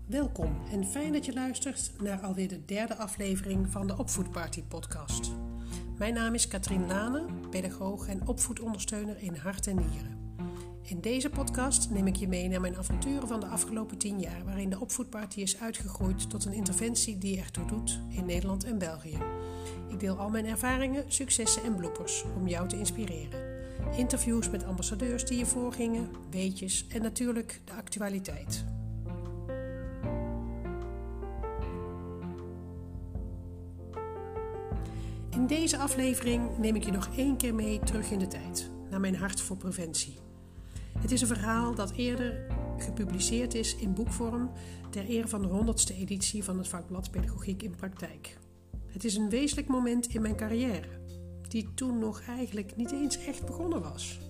Welkom en fijn dat je luistert naar alweer de derde aflevering van de Opvoedparty podcast. Mijn naam is Katrien Lane, pedagoog en opvoedondersteuner in hart en nieren. In deze podcast neem ik je mee naar mijn avonturen van de afgelopen 10 jaar, waarin de Opvoedparty is uitgegroeid tot een interventie die ertoe doet in Nederland en België. Ik deel al mijn ervaringen, successen en bloepers om jou te inspireren. Interviews met ambassadeurs die je voorgingen, weetjes en natuurlijk de actualiteit. In deze aflevering neem ik je nog 1 keer mee terug in de tijd, naar mijn hart voor preventie. Het is een verhaal dat eerder gepubliceerd is in boekvorm ter ere van de 100ste editie van het vakblad Pedagogiek in Praktijk. Het is een wezenlijk moment in mijn carrière, die toen nog eigenlijk niet eens echt begonnen was.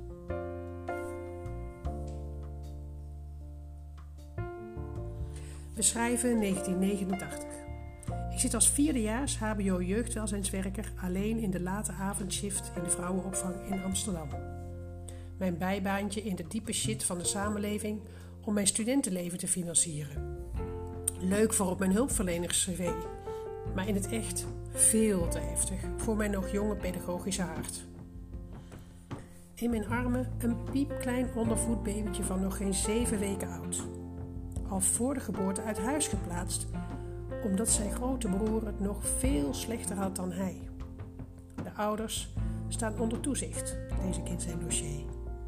We schrijven 1989. Ik zit als 4-dejaars HBO jeugdwelzijnswerker alleen in de late avondshift in de vrouwenopvang in Amsterdam. Mijn bijbaantje in de diepe shit van de samenleving om mijn studentenleven te financieren. Leuk voor op mijn hulpverleners-cv, maar in het echt veel te heftig voor mijn nog jonge pedagogische hart. In mijn armen een piepklein ondervoed babytje van nog geen 7 weken oud. Al voor de geboorte uit huis geplaatst, omdat zijn grote broer het nog veel slechter had dan hij. De ouders staan onder toezicht, lees ik in zijn dossier.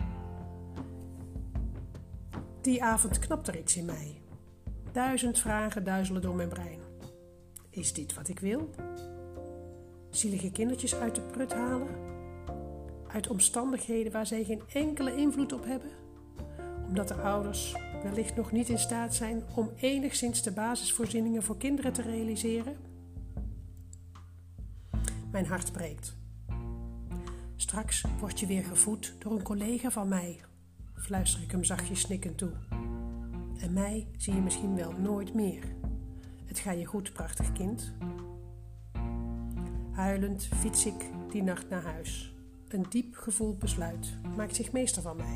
Die avond knapt er iets in mij. 1000 vragen duizelen door mijn brein. Is dit wat ik wil? Zielige kindertjes uit de prut halen? Uit omstandigheden waar zij geen enkele invloed op hebben? Omdat de ouders wellicht nog niet in staat zijn om enigszins de basisvoorzieningen voor kinderen te realiseren? Mijn hart breekt. Straks word je weer gevoed door een collega van mij, fluister ik hem zachtjes snikkend toe. En mij zie je misschien wel nooit meer. Het gaat je goed, prachtig kind. Huilend fiets ik die nacht naar huis. Een diep gevoeld besluit maakt zich meester van mij.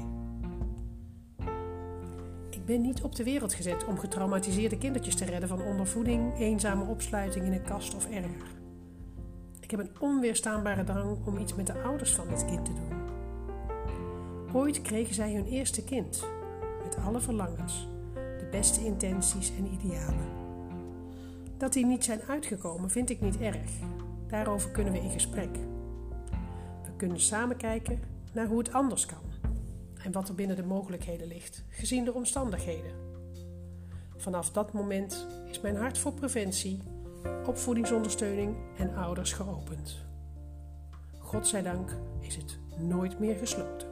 Ik ben niet op de wereld gezet om getraumatiseerde kindertjes te redden van ondervoeding, eenzame opsluiting in een kast of erger. Ik heb een onweerstaanbare drang om iets met de ouders van dit kind te doen. Ooit kregen zij hun eerste kind, met alle verlangens, de beste intenties en idealen. Dat die niet zijn uitgekomen vind ik niet erg. Daarover kunnen we in gesprek. We kunnen samen kijken naar hoe het anders kan. En wat er binnen de mogelijkheden ligt, gezien de omstandigheden. Vanaf dat moment is mijn hart voor preventie, opvoedingsondersteuning en ouders geopend. Godzijdank is het nooit meer gesloten.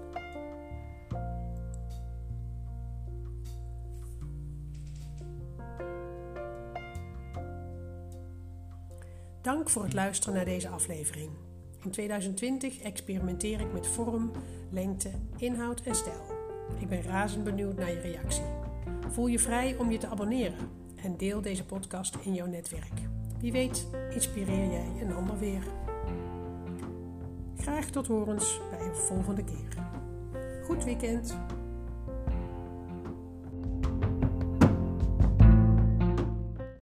Dank voor het luisteren naar deze aflevering. In 2020 experimenteer ik met vorm, lengte, inhoud en stijl. Ik ben razend benieuwd naar je reactie. Voel je vrij om je te abonneren en deel deze podcast in jouw netwerk. Wie weet inspireer jij een ander weer. Graag tot horens bij een volgende keer. Goed weekend!